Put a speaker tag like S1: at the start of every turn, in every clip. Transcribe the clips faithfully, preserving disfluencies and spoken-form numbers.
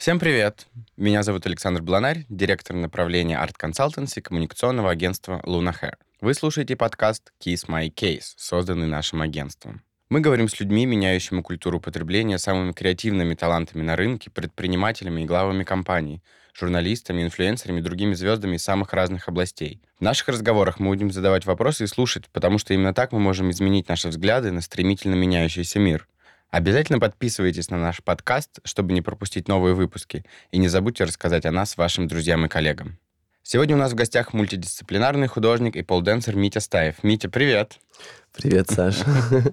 S1: Всем привет! Меня зовут Александр Бланарь, директор направления Art Consultancy коммуникационного агентства Luna Hair. Вы слушаете подкаст Kiss My Case, созданный нашим агентством. Мы говорим с людьми, меняющими культуру потребления, самыми креативными талантами на рынке, предпринимателями и главами компаний, журналистами, инфлюенсерами и другими звездами из самых разных областей. В наших разговорах мы будем задавать вопросы и слушать, потому что именно так мы можем изменить наши взгляды на стремительно меняющийся мир. Обязательно подписывайтесь на наш подкаст, чтобы не пропустить новые выпуски, и не забудьте рассказать о нас вашим друзьям и коллегам. Сегодня у нас в гостях мультидисциплинарный художник и полденсер Митя Стаев. Митя, привет!
S2: Привет, Саша.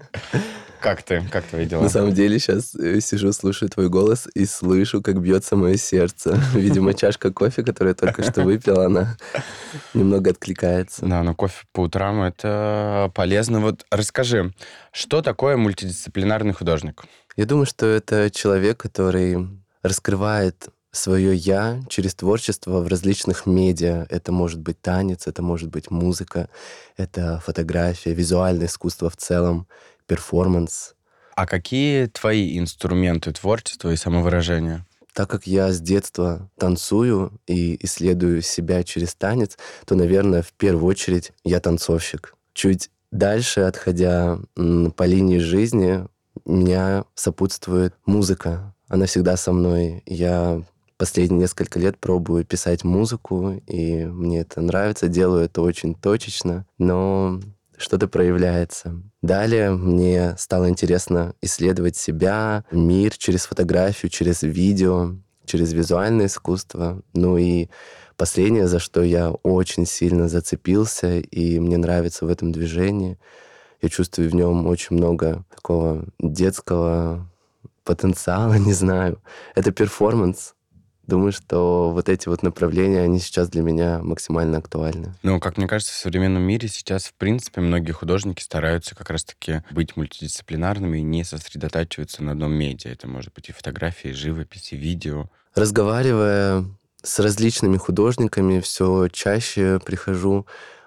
S1: Как ты? Как твои дела?
S2: На самом деле сейчас сижу, слушаю твой голос и слышу, как бьется мое сердце. Видимо, чашка кофе, которую я только что выпил, она немного откликается.
S1: Да, но кофе по утрам — это полезно. Вот расскажи, что такое мультидисциплинарный художник?
S2: Я думаю, что это человек, который раскрывает свое «я» через творчество в различных медиа. Это может быть танец, это может быть музыка, это фотография, визуальное искусство в целом, перформанс.
S1: А какие твои инструменты творчества и самовыражения?
S2: Так как я с детства танцую и исследую себя через танец, то, наверное, в первую очередь я танцовщик. Чуть дальше, отходя по линии жизни, меня сопутствует музыка. Она всегда со мной. Я последние несколько лет пробую писать музыку, и мне это нравится, делаю это очень точечно, но что-то проявляется. Далее мне стало интересно исследовать себя, мир через фотографию, через видео, через визуальное искусство. Ну и последнее, за что я очень сильно зацепился, и мне нравится в этом движении, я чувствую в нем очень много такого детского потенциала, не знаю. Это перформанс. Думаю, что вот эти вот направления, они сейчас для меня максимально актуальны.
S1: Ну, как мне кажется, в современном мире сейчас, в принципе, многие художники стараются как раз-таки быть мультидисциплинарными и не сосредотачиваться на одном медиа. Это может быть и фотографии, и живопись, и видео.
S2: Разговаривая с различными художниками, все чаще прихожу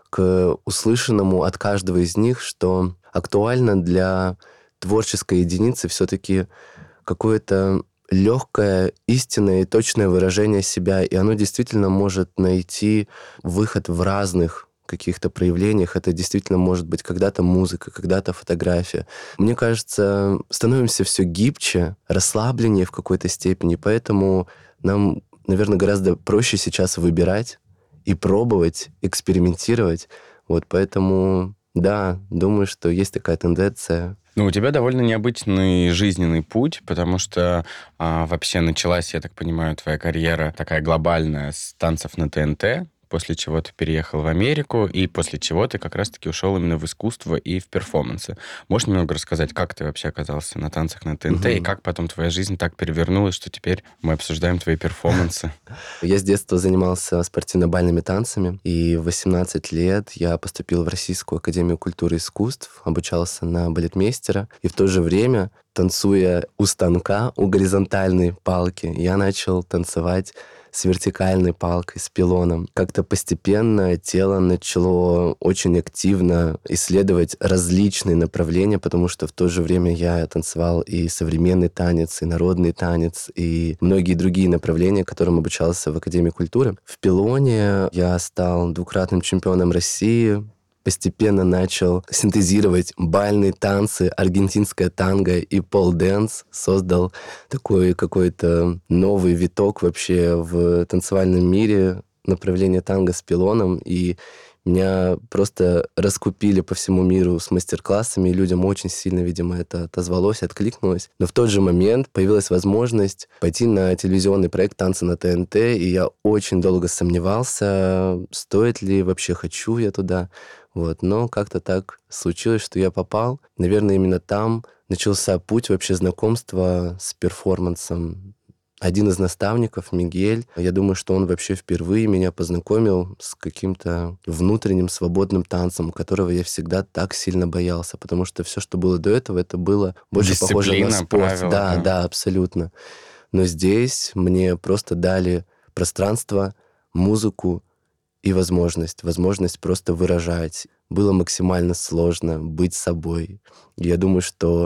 S2: к услышанному от каждого из них, что актуально для творческой единицы все-таки какое-то легкое, истинное и точное выражение себя, и оно действительно может найти выход в разных каких-то проявлениях. Это действительно может быть когда-то музыка, когда-то фотография. Мне кажется, становимся все гибче, расслабленнее в какой-то степени, поэтому нам, наверное, гораздо проще сейчас выбирать и пробовать, экспериментировать. Вот поэтому, да, думаю, что есть такая тенденция.
S1: Ну, у тебя довольно необычный жизненный путь, потому что а, вообще началась, я так понимаю, твоя карьера такая глобальная с танцев на ТНТ, после чего ты переехал в Америку, и после чего ты как раз-таки ушел именно в искусство и в перформансы. Можешь немного рассказать, как ты вообще оказался на танцах на ТНТ, угу. и как потом твоя жизнь так перевернулась, что теперь мы обсуждаем твои перформансы?
S2: Я с детства занимался спортивно-бальными танцами, и в восемнадцать лет я поступил в Российскую академию культуры и искусств, обучался на балетмейстера, и в то же время, танцуя у станка, у горизонтальной палки, я начал танцевать с вертикальной палкой, с пилоном. Как-то постепенно тело начало очень активно исследовать различные направления, потому что в то же время я танцевал и современный танец, и народный танец, и многие другие направления, которым обучался в Академии культуры. В пилоне я стал двукратным чемпионом России, постепенно начал синтезировать бальные танцы, аргентинское танго и пол-дэнс, создал такой какой-то новый виток вообще в танцевальном мире, направление танго с пилоном, и меня просто раскупили по всему миру с мастер-классами, и людям очень сильно, видимо, это отозвалось, откликнулось. Но в тот же момент появилась возможность пойти на телевизионный проект «Танцы на ТНТ», и я очень долго сомневался, стоит ли, вообще хочу я туда. Вот. Но как-то так случилось, что я попал. Наверное, именно там начался путь вообще знакомства с перформансом. Один из наставников, Мигель, я думаю, что он вообще впервые меня познакомил с каким-то внутренним свободным танцем, которого я всегда так сильно боялся, потому что все, что было до этого, это было больше
S1: Дисциплина,
S2: похоже на спорт.
S1: правила,
S2: да,
S1: да.
S2: да, абсолютно. Но здесь мне просто дали пространство, музыку и возможность, возможность просто выражать. Было максимально сложно быть собой. И я думаю, что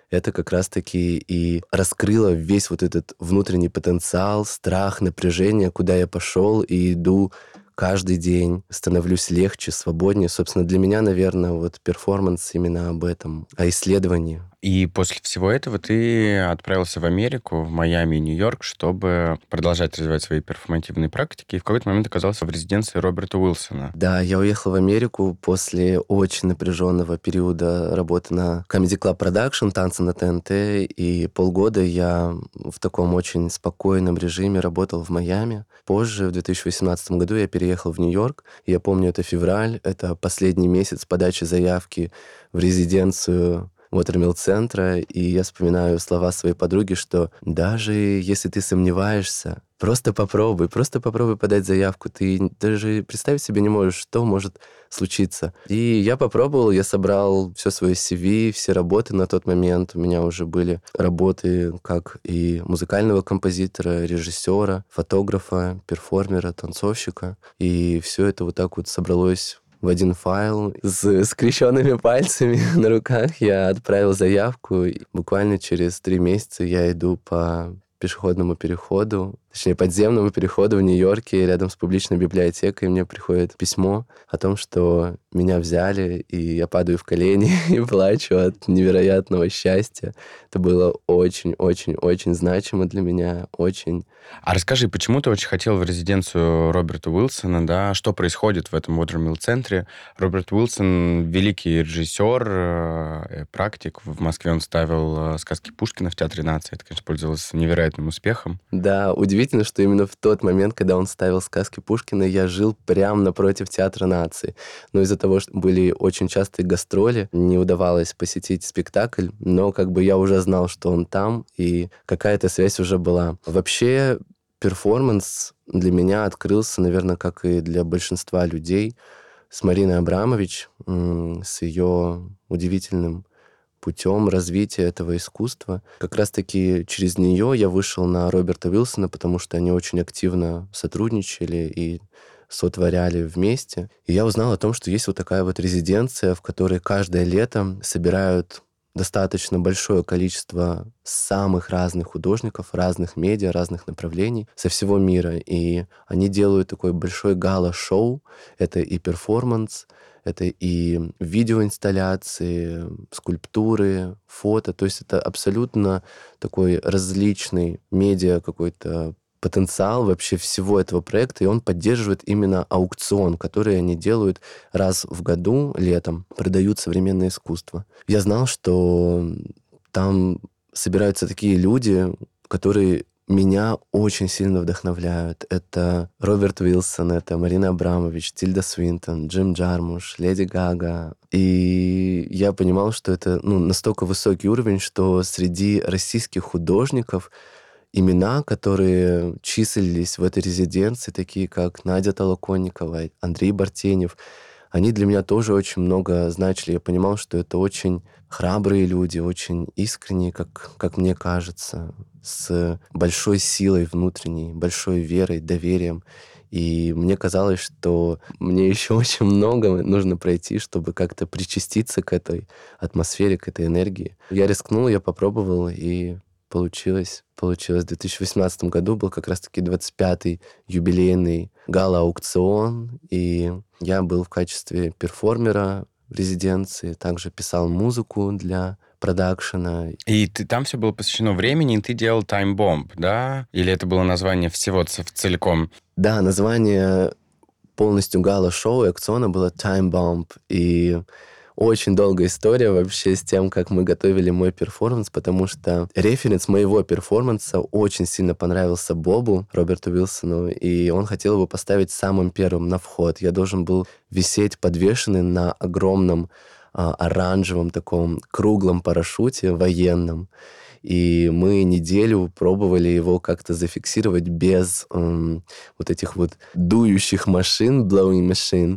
S2: это как раз-таки и раскрыло весь вот этот внутренний потенциал, страх, напряжение, куда я пошел и иду каждый день, становлюсь легче, свободнее. Собственно, для меня, наверное, вот перформанс именно об этом, о исследовании.
S1: И после всего этого ты отправился в Америку, в Майами и Нью-Йорк, чтобы продолжать развивать свои перформативные практики, и в какой-то момент оказался в резиденции Роберта Уилсона.
S2: Да, я уехал в Америку после очень напряженного периода работы на Comedy Club Production, танцы на ТНТ, и полгода я в таком очень спокойном режиме работал в Майами. Позже, в две тысячи восемнадцатом году, я переехал в Нью-Йорк. Я помню, это февраль, это последний месяц подачи заявки в резиденцию Watermill-центра, и я вспоминаю слова своей подруги, что даже если ты сомневаешься, просто попробуй, просто попробуй подать заявку. Ты даже представить себе не можешь, что может случиться. И я попробовал, я собрал все свое си ви, все работы на тот момент. У меня уже были работы как и музыкального композитора, режиссера, фотографа, перформера, танцовщика. И все это вот так вот собралось в один файл с скрещенными пальцами на руках. Я отправил заявку. И буквально через три месяца я иду по пешеходному переходу, точнее, подземному переходу в Нью-Йорке, рядом с публичной библиотекой. Мне приходит письмо о том, что меня взяли, и я падаю в колени и плачу от невероятного счастья. Это было очень-очень-очень значимо для меня, очень.
S1: А расскажи, почему ты очень хотел в резиденцию Роберта Уилсона, да? Что происходит в этом Watermill-центре? Роберт Уилсон — великий режиссер, э, практик. В Москве он ставил э, сказки Пушкина в Театре нации. Это, конечно, пользовалось невероятным успехом.
S2: Да, удивительно, что именно в тот момент, когда он ставил сказки Пушкина, я жил прямо напротив Театра нации. Но из-за того, что были очень частые гастроли, не удавалось посетить спектакль, но как бы я уже знал, что он там, и какая-то связь уже была. Вообще, перформанс для меня открылся, наверное, как и для большинства людей, с Мариной Абрамович, с ее удивительным путем развития этого искусства. Как раз-таки через нее я вышел на Роберта Уилсона, потому что они очень активно сотрудничали и сотворяли вместе. И я узнал о том, что есть вот такая вот резиденция, в которой каждое лето собирают достаточно большое количество самых разных художников, разных медиа, разных направлений со всего мира. И они делают такой большой гала-шоу. Это и перформанс, это и видеоинсталляции, скульптуры, фото. То есть это абсолютно такой различный медиа какой-то потенциал вообще всего этого проекта, и он поддерживает именно аукцион, который они делают раз в году, летом, продают современное искусство. Я знал, что там собираются такие люди, которые меня очень сильно вдохновляют. Это Роберт Уилсон, это Марина Абрамович, Тильда Свинтон, Джим Джармуш, Леди Гага. И я понимал, что это ну, настолько высокий уровень, что среди российских художников имена, которые числились в этой резиденции, такие как Надя Толоконникова, Андрей Бартенев, они для меня тоже очень много значили. Я понимал, что это очень храбрые люди, очень искренние, как, как мне кажется, с большой силой внутренней, большой верой, доверием. И мне казалось, что мне еще очень много нужно пройти, чтобы как-то причаститься к этой атмосфере, к этой энергии. Я рискнул, я попробовал, и получилось. Получилось. В две тысячи восемнадцатом году был как раз-таки двадцать пятый юбилейный гала-аукцион, и я был в качестве перформера в резиденции, также писал музыку для продакшена.
S1: И ты, там все было посвящено времени, и ты делал Time Bomb, да? Или это было название всего ц- целиком?
S2: Да, название полностью гала-шоу и аукциона было Time Bomb, и очень долгая история вообще с тем, как мы готовили мой перформанс, потому что референс моего перформанса очень сильно понравился Бобу, Роберту Уилсону, и он хотел его поставить самым первым на вход. Я должен был висеть подвешенный на огромном а, оранжевом таком круглом парашюте военном. И мы неделю пробовали его как-то зафиксировать без эм, вот этих вот дующих машин, blowing machine.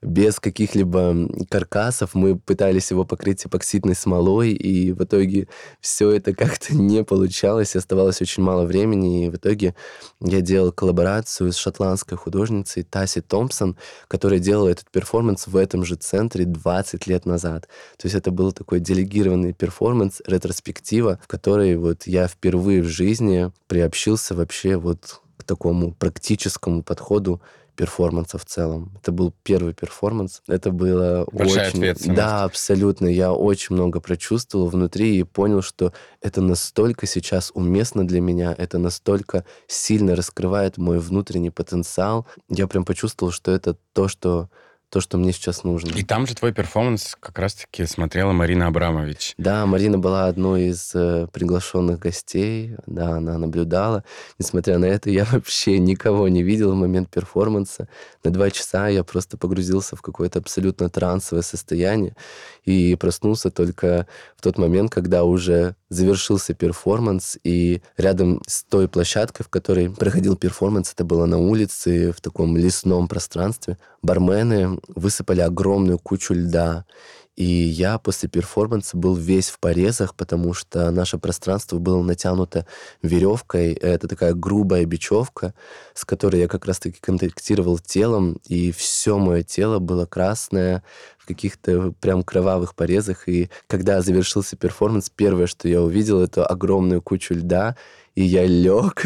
S2: без каких-либо каркасов. Мы пытались его покрыть эпоксидной смолой, и в итоге все это как-то не получалось, оставалось очень мало времени, и в итоге я делал коллаборацию с шотландской художницей Таси Томпсон, которая делала этот перформанс в этом же центре двадцать лет назад. То есть это был такой делегированный перформанс, ретроспектива, в которой вот я впервые в жизни приобщился вообще вот к такому практическому подходу перформанса в целом. Это был первый перформанс. Это было
S1: Большая
S2: очень...
S1: ответственность.
S2: Да, абсолютно. Я очень много прочувствовал внутри и понял, что это настолько сейчас уместно для меня, это настолько сильно раскрывает мой внутренний потенциал. Я прям почувствовал, что это то, что то, что мне сейчас нужно.
S1: И там же твой перформанс как раз-таки смотрела Марина Абрамович.
S2: Да, Марина была одной из э, приглашенных гостей, да, она наблюдала. Несмотря на это, я вообще никого не видел в момент перформанса. На два часа я просто погрузился в какое-то абсолютно трансовое состояние и проснулся только в тот момент, когда уже завершился перформанс, и рядом с той площадкой, в которой проходил перформанс, это было на улице, в таком лесном пространстве, бармены высыпали огромную кучу льда. И я после перформанса был весь в порезах, потому что наше пространство было натянуто веревкой. Это такая грубая бечевка, с которой я как раз-таки контактировал телом, и все мое тело было красное, в каких-то прям кровавых порезах. И когда завершился перформанс, первое, что я увидел, это огромную кучу льда, и я лег,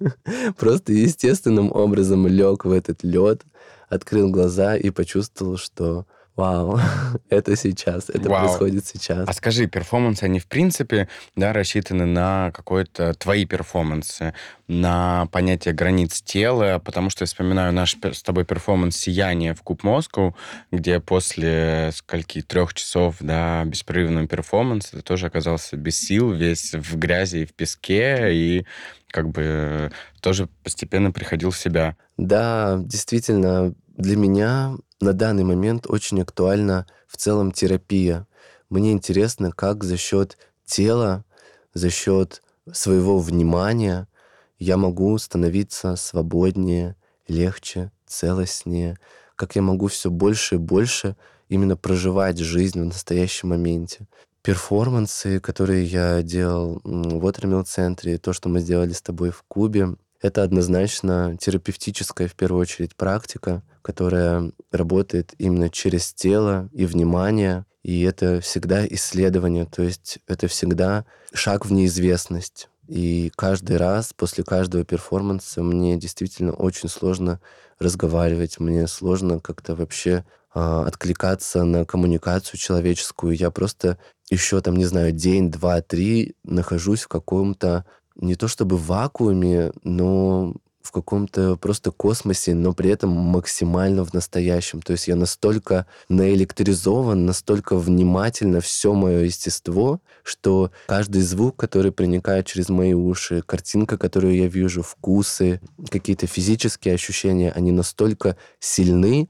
S2: просто естественным образом лег в этот лед, открыл глаза и почувствовал, что вау, это сейчас, это
S1: Вау.
S2: происходит сейчас.
S1: А скажи, перформансы, они в принципе, да, рассчитаны на какое-то твои перформансы, на понятие границ тела, потому что я вспоминаю наш пер- с тобой перформанс «Сияние» в Куб Москву, где после скольки трех часов, да, беспрерывного перформанса ты тоже оказался без сил, весь в грязи и в песке, и как бы тоже постепенно приходил в себя.
S2: Да, действительно, для меня на данный момент очень актуальна в целом терапия. Мне интересно, как за счет тела, за счет своего внимания я могу становиться свободнее, легче, целостнее, как я могу все больше и больше именно проживать жизнь в настоящем моменте. Перформансы, которые я делал м, в Watermill-центре, то, что мы сделали с тобой в Кубе, это однозначно терапевтическая, в первую очередь, практика, которая работает именно через тело и внимание, и это всегда исследование, то есть это всегда шаг в неизвестность. И каждый раз после каждого перформанса мне действительно очень сложно разговаривать, мне сложно как-то вообще а, откликаться на коммуникацию человеческую. Я просто еще там, не знаю, день, два, три нахожусь в каком-то не то чтобы в вакууме, но в каком-то просто космосе, но при этом максимально в настоящем. То есть я настолько наэлектризован, настолько внимательно все мое естество, что каждый звук, который проникает через мои уши, картинка, которую я вижу, вкусы, какие-то физические ощущения, они настолько сильны,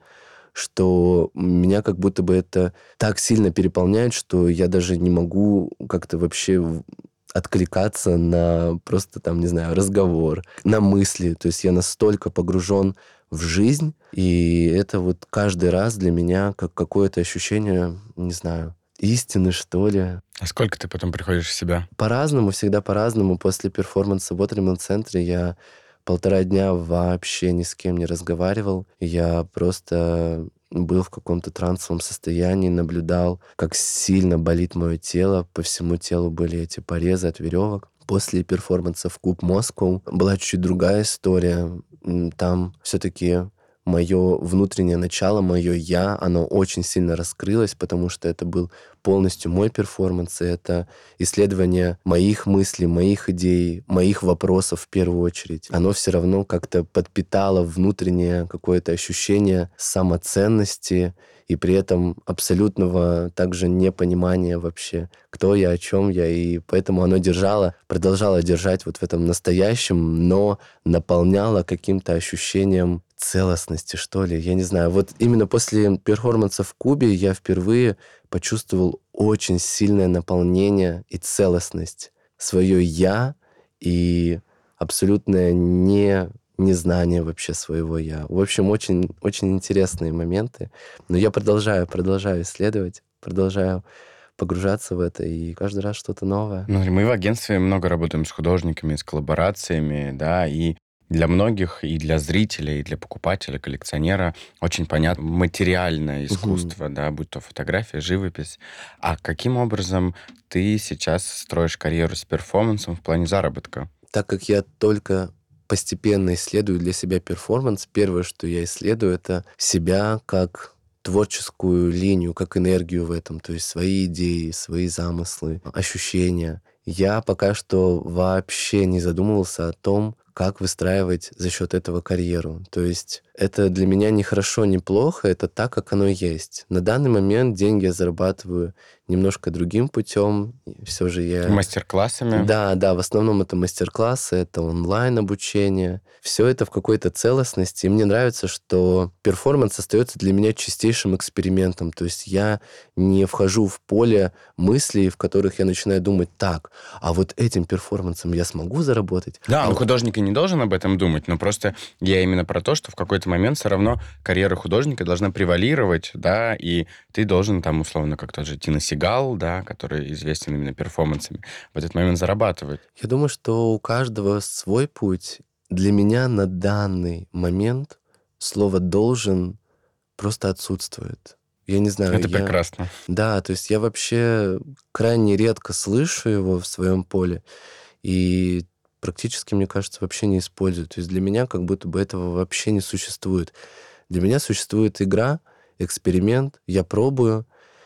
S2: что меня как будто бы это так сильно переполняет, что я даже не могу как-то вообще откликаться на просто там, не знаю, разговор, на мысли. То есть я настолько погружен в жизнь, и это вот каждый раз для меня как какое-то ощущение, не знаю, истины, что ли.
S1: А сколько ты потом приходишь в себя?
S2: По-разному, всегда по-разному. После перформанса в Watermill-центре я полтора дня вообще ни с кем не разговаривал. Я просто был в каком-то трансовом состоянии, наблюдал, как сильно болит мое тело. По всему телу были эти порезы от веревок. После перформанса в Куб Москву была чуть-чуть другая история. Там все-таки мое внутреннее начало, мое «я», оно очень сильно раскрылось, потому что это был полностью мой перформанс, и это исследование моих мыслей, моих идей, моих вопросов в первую очередь. Оно все равно как-то подпитало внутреннее какое-то ощущение самоценности и при этом абсолютного также непонимания вообще, кто я, о чем я, и поэтому оно держало, продолжало держать вот в этом настоящем, но наполняло каким-то ощущением целостности, что ли, я не знаю. Вот именно после перформанса в Кубе я впервые почувствовал очень сильное наполнение и целостность. Свое «я» и абсолютное не незнание вообще своего «я». В общем, очень, очень интересные моменты. Но я продолжаю, продолжаю исследовать, продолжаю погружаться в это, и каждый раз что-то новое.
S1: Ну, мы в агентстве много работаем с художниками, с коллаборациями, да, и для многих, и для зрителя, и для покупателя, коллекционера очень понятно материальное
S2: Мгм.
S1: искусство, да, будь то фотография, живопись. А каким образом ты сейчас строишь карьеру с перформансом в плане заработка?
S2: Так как я только постепенно исследую для себя перформанс, первое, что я исследую, это себя как творческую линию, как энергию в этом, то есть свои идеи, свои замыслы, ощущения. Я пока что вообще не задумывался о том, как выстраивать за счет этого карьеру. То есть это для меня не хорошо, не плохо, это так, как оно есть. На данный момент деньги я зарабатываю немножко другим путем. Все же я
S1: Мастер-классами?
S2: да, да, в основном это мастер-классы, это онлайн-обучение. Все это в какой-то целостности. И мне нравится, что перформанс остается для меня чистейшим экспериментом. То есть я не вхожу в поле мыслей, в которых я начинаю думать, так, а вот этим перформансом я смогу заработать?
S1: Да,
S2: А
S1: ну
S2: вот
S1: художник и не должен об этом думать, но просто я именно про то, что в какой-то момент все равно карьера художника должна превалировать, да, и ты должен там, условно, как тот же Тина Сигал, да, который известен именно перформансами, в этот момент зарабатывать.
S2: я думаю, что у каждого свой путь. Для меня на данный момент слово «должен» просто отсутствует. Я не знаю,
S1: Это
S2: я
S1: прекрасно.
S2: да, то есть я вообще крайне редко слышу его в своем поле и практически, мне кажется, вообще не использую. То есть для меня как будто бы этого вообще не существует. Для меня существует игра, эксперимент, я пробую,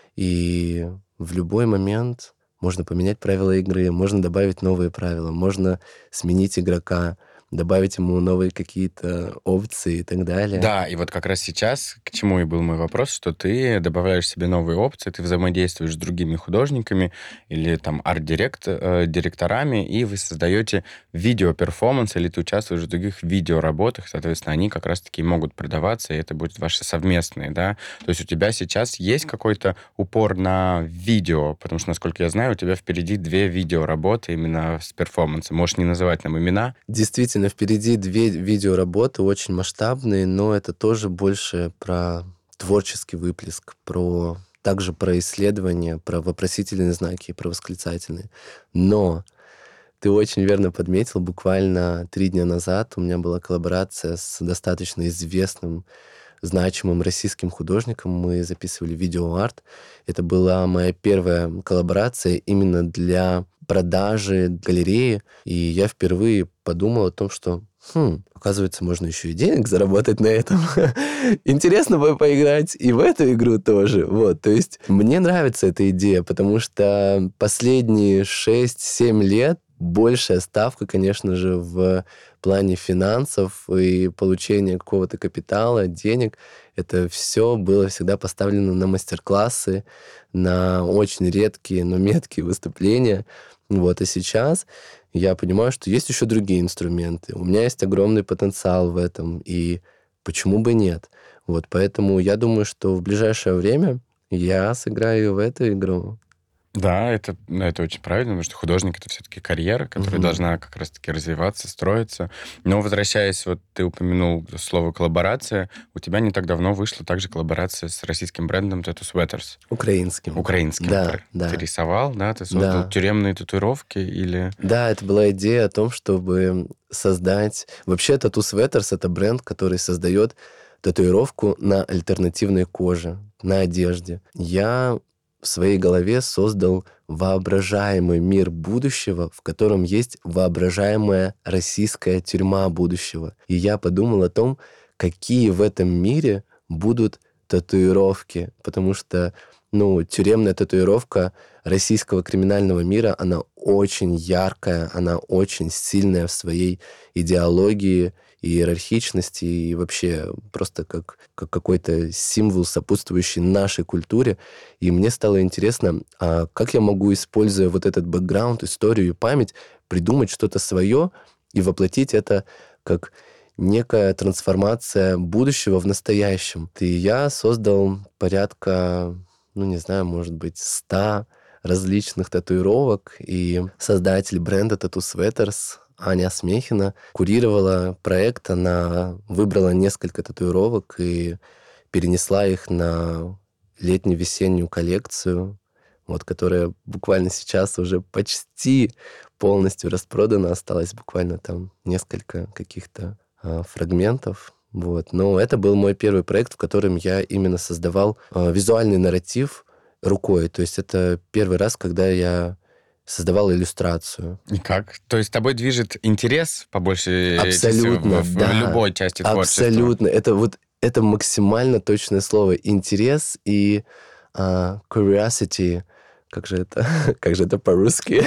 S2: и в любой момент можно поменять правила игры, можно добавить новые правила, можно сменить игрока, добавить ему новые какие-то опции и так далее.
S1: Да, и вот как раз сейчас, к чему и был мой вопрос, что ты добавляешь себе новые опции, ты взаимодействуешь с другими художниками или там арт-директорами, и вы создаете видео-перформанс, или ты участвуешь в других видеоработах, соответственно, они как раз-таки могут продаваться, и это будет ваши совместные, да? То есть у тебя сейчас есть какой-то упор на видео, потому что, насколько я знаю, у тебя впереди две видеоработы именно с перформансом. Можешь не называть нам имена?
S2: Действительно, впереди две видеоработы очень масштабные, но это тоже больше про творческий выплеск, про также про исследования, про вопросительные знаки и про восклицательные. Но ты очень верно подметил, буквально три дня назад у меня была коллаборация с достаточно известным, значимым российским художником. Мы записывали видеоарт. Это была моя первая коллаборация именно для продажи галереи. И я впервые подумал о том, что хм, оказывается, можно еще и денег заработать на этом. Интересно бы поиграть и в эту игру тоже. Вот, то есть мне нравится эта идея, потому что последние шесть-семь лет большая ставка, конечно же, в плане финансов и получения какого-то капитала, денег. Это все было всегда поставлено на мастер-классы, на очень редкие, но меткие выступления. Вот, и сейчас я понимаю, что есть еще другие инструменты. У меня есть огромный потенциал в этом, и почему бы нет? Вот, поэтому я думаю, что в ближайшее время я сыграю в эту игру.
S1: Да, это, ну, это очень правильно, потому что художник — это все-таки карьера, которая
S2: Мгм.
S1: должна как раз-таки развиваться, строиться. Но возвращаясь, вот ты упомянул слово «коллаборация», у тебя не так давно вышла также коллаборация с российским брендом Tattoo Sweaters,
S2: Украинским.
S1: украинским.
S2: Да,
S1: Пр- Ты
S2: да,
S1: рисовал, да, ты создал
S2: да.
S1: тюремные татуировки или...
S2: Да, это была идея о том, чтобы создать... Вообще, Tattoo Sweaters — это бренд, который создает татуировку на альтернативной коже, на одежде. Я в своей голове создал воображаемый мир будущего, в котором есть воображаемая российская тюрьма будущего. И я подумал о том, какие в этом мире будут татуировки, потому что, ну, тюремная татуировка российского криминального мира, она очень яркая, она очень сильная в своей идеологии, и иерархичности, и вообще просто как, как какой-то символ, сопутствующий нашей культуре. И мне стало интересно, а как я могу, используя вот этот бэкграунд, историю и память, придумать что-то свое и воплотить это как некая трансформация будущего в настоящем. И я создал порядка, ну не знаю, может быть, ста различных татуировок, и создатель бренда Tattoo Sweaters Аня Смехина курировала проект. Она выбрала несколько татуировок и перенесла их на летне-весеннюю коллекцию, вот, которая буквально сейчас уже почти полностью распродана. Осталось буквально там несколько каких-то а, фрагментов. Вот. Но это был мой первый проект, в котором я именно создавал а, визуальный нарратив рукой. То есть это первый раз, когда я создавал иллюстрацию.
S1: И как? То есть тобой движет интерес по большей
S2: Абсолютно,
S1: части в, в
S2: да.
S1: любой части творчества?
S2: Абсолютно. Это вот это максимально точное слово. Интерес и а, curiosity. Как же это? Как же это по-русски?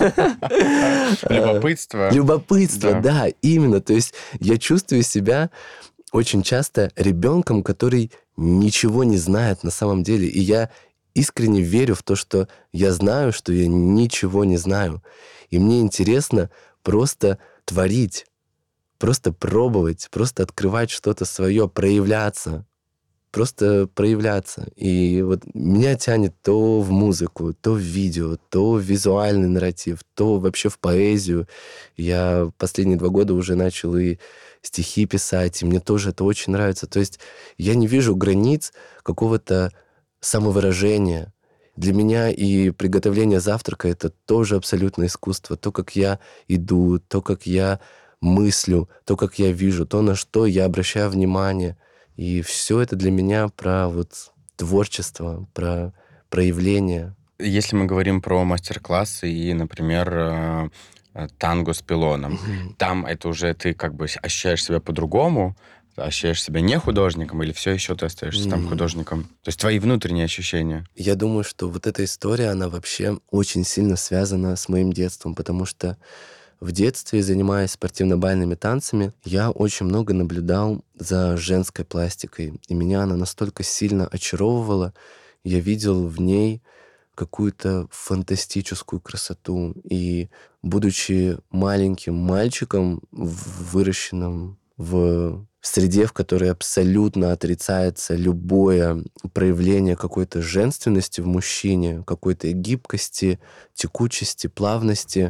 S1: Любопытство.
S2: Любопытство,
S1: Да.
S2: да, именно. То есть я чувствую себя очень часто ребенком, который ничего не знает на самом деле. И я искренне верю в то, что я знаю, что я ничего не знаю. И мне интересно просто творить, просто пробовать, просто открывать что-то свое, проявляться. Просто проявляться. И вот меня тянет то в музыку, то в видео, то в визуальный нарратив, то вообще в поэзию. Я последние два года уже начал и стихи писать, и мне тоже это очень нравится. То есть я не вижу границ какого-то самовыражения. Для меня и приготовление завтрака — это тоже абсолютно искусство. То, как я иду, то, как я мыслю, то, как я вижу, то, на что я обращаю внимание. И все это для меня про вот творчество, про проявление.
S1: Если мы говорим про мастер-классы и, например, э, э, танго с пилоном,
S2: Мгм.
S1: там это уже ты как бы ощущаешь себя по-другому, ощущаешь себя не художником, или все еще ты остаешься там
S2: М.
S1: художником? То есть твои внутренние ощущения.
S2: Я думаю, что вот эта история, она вообще очень сильно связана с моим детством, потому что в детстве, занимаясь спортивно-бальными танцами, я очень много наблюдал за женской пластикой. И меня она настолько сильно очаровывала. Я видел в ней какую-то фантастическую красоту. И будучи маленьким мальчиком, в- выращенным в среде, в которой абсолютно отрицается любое проявление какой-то женственности в мужчине, какой-то гибкости, текучести, плавности,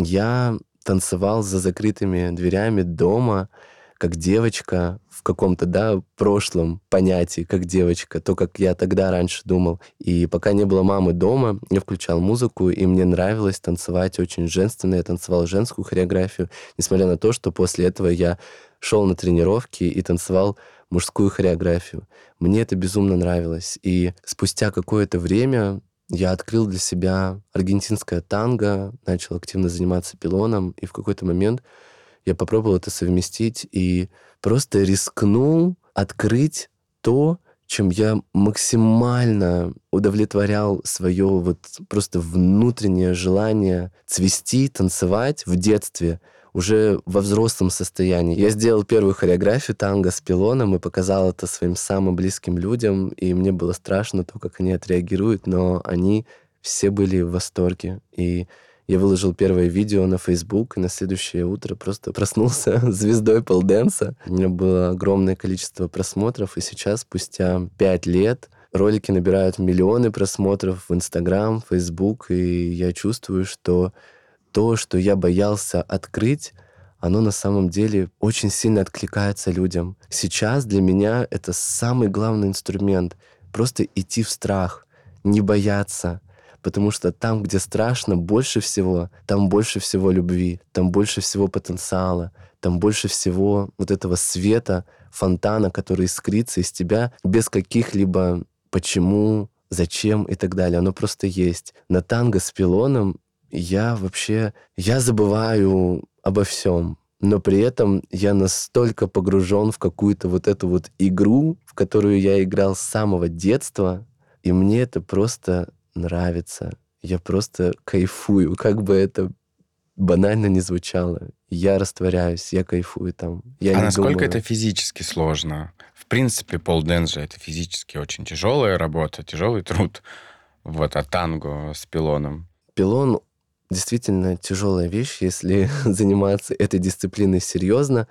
S2: я танцевал за закрытыми дверями дома, как девочка в каком-то, да, прошлом понятии, как девочка, то, как я тогда раньше думал. И пока не было мамы дома, я включал музыку, и мне нравилось танцевать очень женственно. Я танцевал женскую хореографию, несмотря на то, что после этого я шел на тренировки и танцевал мужскую хореографию. Мне это безумно нравилось. И спустя какое-то время я открыл для себя аргентинское танго, начал активно заниматься пилоном, и в какой-то момент я попробовал это совместить и просто рискнул открыть то, чем я максимально удовлетворял свое вот просто внутреннее желание цвести, танцевать в детстве, уже во взрослом состоянии. Я сделал первую хореографию танго с пилоном и показал это своим самым близким людям, и мне было страшно то, как они отреагируют, но они все были в восторге. И я выложил первое видео на Facebook, и на следующее утро просто проснулся звездой полденса. У меня было огромное количество просмотров, и сейчас, спустя пять лет, ролики набирают миллионы просмотров в Instagram, Facebook, и я чувствую, что то, что я боялся открыть, оно на самом деле очень сильно откликается людям. Сейчас для меня это самый главный инструмент. Просто идти в страх, не бояться. Потому что там, где страшно, больше всего, там больше всего любви, там больше всего потенциала, там больше всего вот этого света, фонтана, который искрится из тебя без каких-либо почему, зачем и так далее. Оно просто есть. На танго с пилоном я вообще, я забываю обо всем, но при этом я настолько погружен в какую-то вот эту вот игру, в которую я играл с самого детства, и мне это просто нравится. Я просто кайфую, как бы это банально не звучало. Я растворяюсь, я кайфую там. Я
S1: А
S2: не
S1: насколько
S2: думаю.
S1: это физически сложно? В принципе, полденс же это физически очень тяжелая работа, тяжелый труд. Вот, а танго с пилоном?
S2: Пилон действительно тяжелая вещь, если заниматься этой дисциплиной серьезно.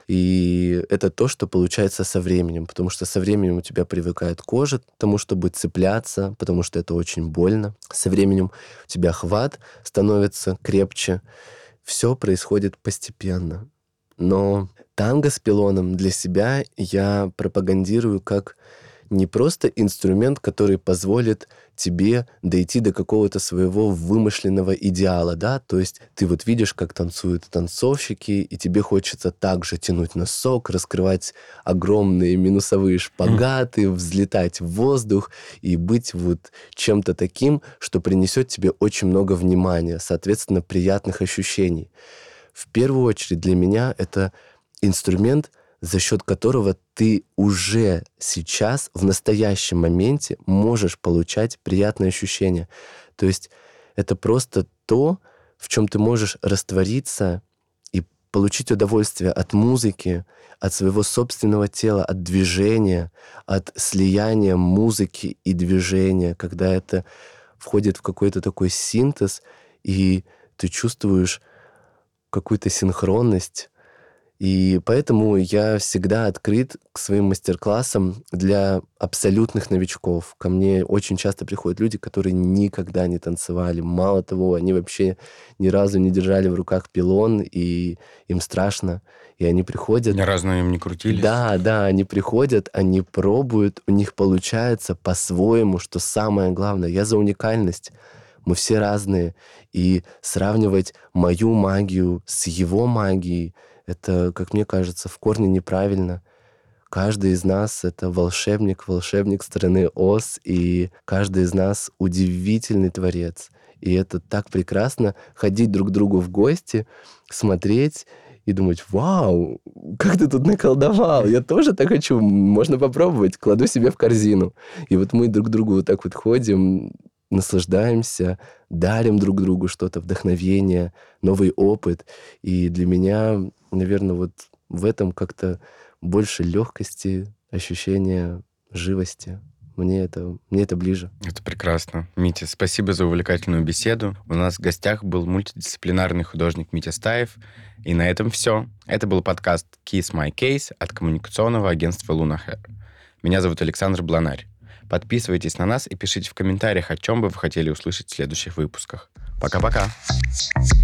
S2: И это то, что получается со временем, потому что со временем у тебя привыкает кожа к тому, чтобы цепляться, потому что это очень больно. Со временем у тебя хват становится крепче. все происходит постепенно. Но танго с пилоном для себя я пропагандирую как не просто инструмент, который позволит тебе дойти до какого-то своего вымышленного идеала, да, то есть ты вот видишь, как танцуют танцовщики, и тебе хочется также тянуть носок, раскрывать огромные минусовые шпагаты, взлетать в воздух и быть вот чем-то таким, что принесет тебе очень много внимания, соответственно, приятных ощущений. В первую очередь для меня это инструмент, за счет которого ты уже сейчас, в настоящем моменте, можешь получать приятные ощущения. То есть это просто то, в чем ты можешь раствориться и получить удовольствие от музыки, от своего собственного тела, от движения, от слияния музыки и движения, когда это входит в какой-то такой синтез, и ты чувствуешь какую-то синхронность. И поэтому я всегда открыт к своим мастер-классам для абсолютных новичков. Ко мне очень часто приходят люди, которые никогда не танцевали. Мало того, они вообще ни разу не держали в руках пилон, и им страшно. И они приходят...
S1: Ни разу на нем не крутились?
S2: Да, да, они приходят, они пробуют, у них получается по-своему, что самое главное. Я за уникальность. Мы все разные. И сравнивать мою магию с его магией — это, как мне кажется, в корне неправильно. Каждый из нас — это волшебник, волшебник страны Оз, и каждый из нас удивительный творец. И это так прекрасно — ходить друг к другу в гости, смотреть и думать: «Вау, как ты тут наколдовал! Я тоже так хочу, можно попробовать». Кладу себе в корзину. И вот мы друг к другу вот так вот ходим, наслаждаемся, дарим друг другу что-то, вдохновение, новый опыт. И для меня, наверное, вот в этом как-то больше легкости, ощущения живости. Мне это, мне это ближе.
S1: Это прекрасно. Митя, спасибо за увлекательную беседу. У нас в гостях был мультидисциплинарный художник Митя Стаев. И на этом все. Это был подкаст Kiss My Case от коммуникационного агентства Luna Hair. Меня зовут Александр Бланарь. Подписывайтесь на нас и пишите в комментариях, о чем бы вы хотели услышать в следующих выпусках. Пока-пока!